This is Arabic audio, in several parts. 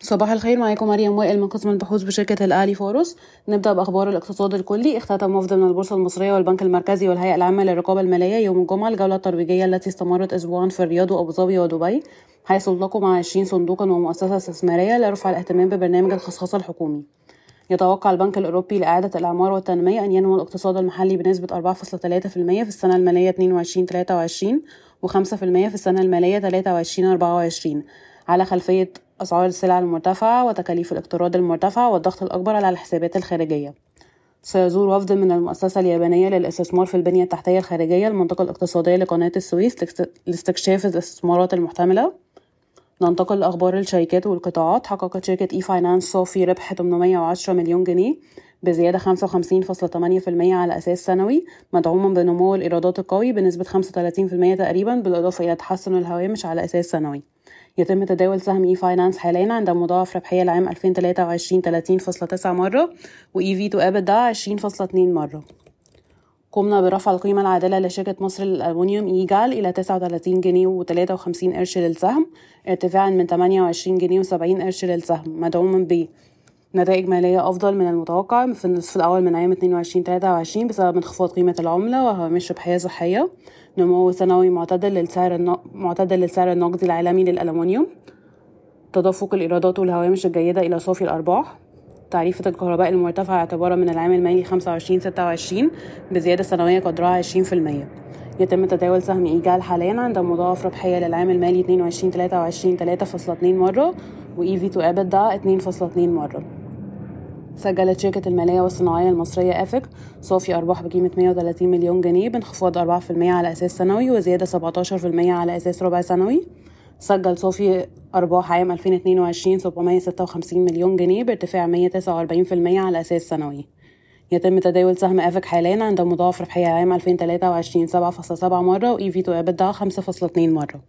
صباح الخير، معاكم مريم وائل من قسم البحوث بشركة الأهلي فورس. نبدأ بأخبار الاقتصاد الكلي. اختتم وفد من البورصة المصرية والبنك المركزي والهيئة العامة للرقابة المالية يوم الجمعة الجولة الترويجية التي استمرت أسبوعا في الرياض وأبو ظبي ودبي، حيث التقوا مع 20 صندوقا ومؤسسة استثمارية لرفع الاهتمام ببرنامج الخصخصة الحكومي. يتوقع البنك الأوروبي لإعادة الإعمار والتنمية أن ينمو الاقتصاد المحلي بنسبة 4.3% في السنة المالية 22-23 و5% في السنة المالية 23-24 على خلفية أسعار السلع المرتفعة وتكاليف الاقتراض المرتفعة والضغط الأكبر على الحسابات الخارجية. سيزور وفد من المؤسسة اليابانية للاستثمار في البنية التحتية الخارجية المنطقة الاقتصادية لقناة السويس لاستكشاف الاستثمارات المحتملة. ننتقل لأخبار الشركات والقطاعات. حققت شركة إي فاينانس صافي ربح 810 مليون جنيه بزيادة 55.8% على أساس سنوي، مدعوما بنمو الإيرادات القوي بنسبة 35% تقريبا، بالإضافة إلى تحسن الهوامش على أساس سنوي. يتم تداول سهم إي فاينانس حاليا عند مضاعف ربحية العام 2023 30.9 مرة وإي في تو EBITDA 20.2 مرة. قمنا برفع القيمة العادلة لشركة مصر للألمنيوم إيجال إلى 39 جنيه و53 قرش للسهم، ارتفاعا من 28 جنيه و70 قرش للسهم، مدعوما بنتائج مالية أفضل من المتوقع في النصف الأول من عام 22-23 بسبب انخفاض قيمة العملة وهوامش ربحية صحية، نمو سنوي معتدل للسعر النقدي العالمي للألمنيوم، تدفق الإيرادات والهوامش الجيدة إلى صافي الأرباح، تعريفة الكهرباء المرتفعة اعتبارا من العام المالي 25-26 بزيادة سنوية قدرها 20%. يتم تداول سهم إيجال حاليا عند مضاعف ربحية للعام المالي 22-23 3.2 مرة وإي في تو EBITDA 2.2 مرة. سجلت شركة المالية والصناعية المصرية أفك صافي أرباح بقيمة 130 مليون جنيه بانخفاض 4% على أساس سنوي وزيادة 17% على أساس ربع سنوي. سجل صافي أرباح عام 2022 756 مليون جنيه بارتفاع 149% على أساس سنوي. يتم تداول سهم أفك حاليا عند مضاعف ربحية عام 2023 7.7 مرة وإي في تو EBITDA 5.2 مرة.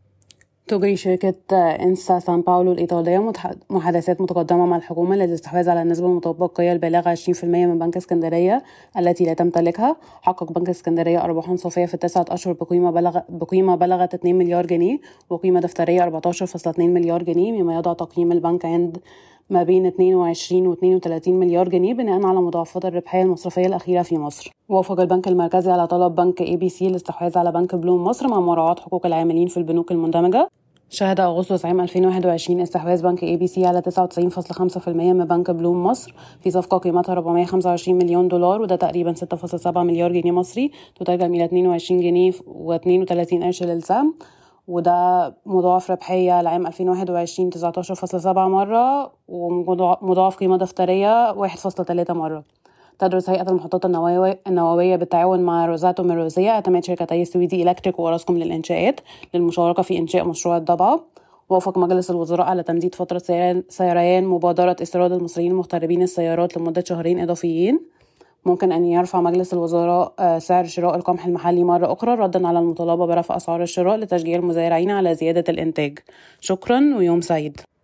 تجري شركة إنسا سان باولو الإيطالية محادثات متقدمة مع الحكومة للاستحواذ على النسبة المتبقية البالغة 20% من بنك اسكندرية التي لا تمتلكها. حقق بنك اسكندرية أرباحا صافية في 9 أشهر بقيمة بلغت 2 مليار جنيه وقيمة دفترية 14.2 مليار جنيه، مما يضع تقييم البنك عند ما بين 22 و 32 مليار جنيه بناء على مضاعفات الربحية المصرفية الأخيرة في مصر. وافق البنك المركزي على طلب بنك ABC للاستحواذ على بنك بلوم مصر مع مراعاة حقوق العاملين في البنوك المندمجة. شهد أغسطس عام 2021 استحواذ بنك ABC على 99.5% من بنك بلوم مصر في صفقة قيمتها 425 مليون دولار، وده تقريبا 6.7 مليار جنيه مصري، تترجم إلى 22 جنيه و32 قرش للسهم، وده مضاعف ربحية لعام 2021 19.7 مرة ومضاعف قيمة دفترية 1.3 مرة. تدرس هيئة المحطات النووية بالتعاون مع روزاتوم الروسية اعتماد شركتي سويدي إلكتريك وأوراسكوم للإنشاءات للمشاركة في إنشاء مشروع الضبعة. وافق مجلس الوزراء على تمديد فترة سيريان مبادرة استيراد المصريين المغتربين السيارات لمدة 2 شهرين إضافيين. ممكن أن يرفع مجلس الوزراء سعر شراء القمح المحلي مرة أخرى ردا على المطالبة برفع أسعار الشراء لتشجيع المزارعين على زيادة الإنتاج. شكرا ويوم سعيد.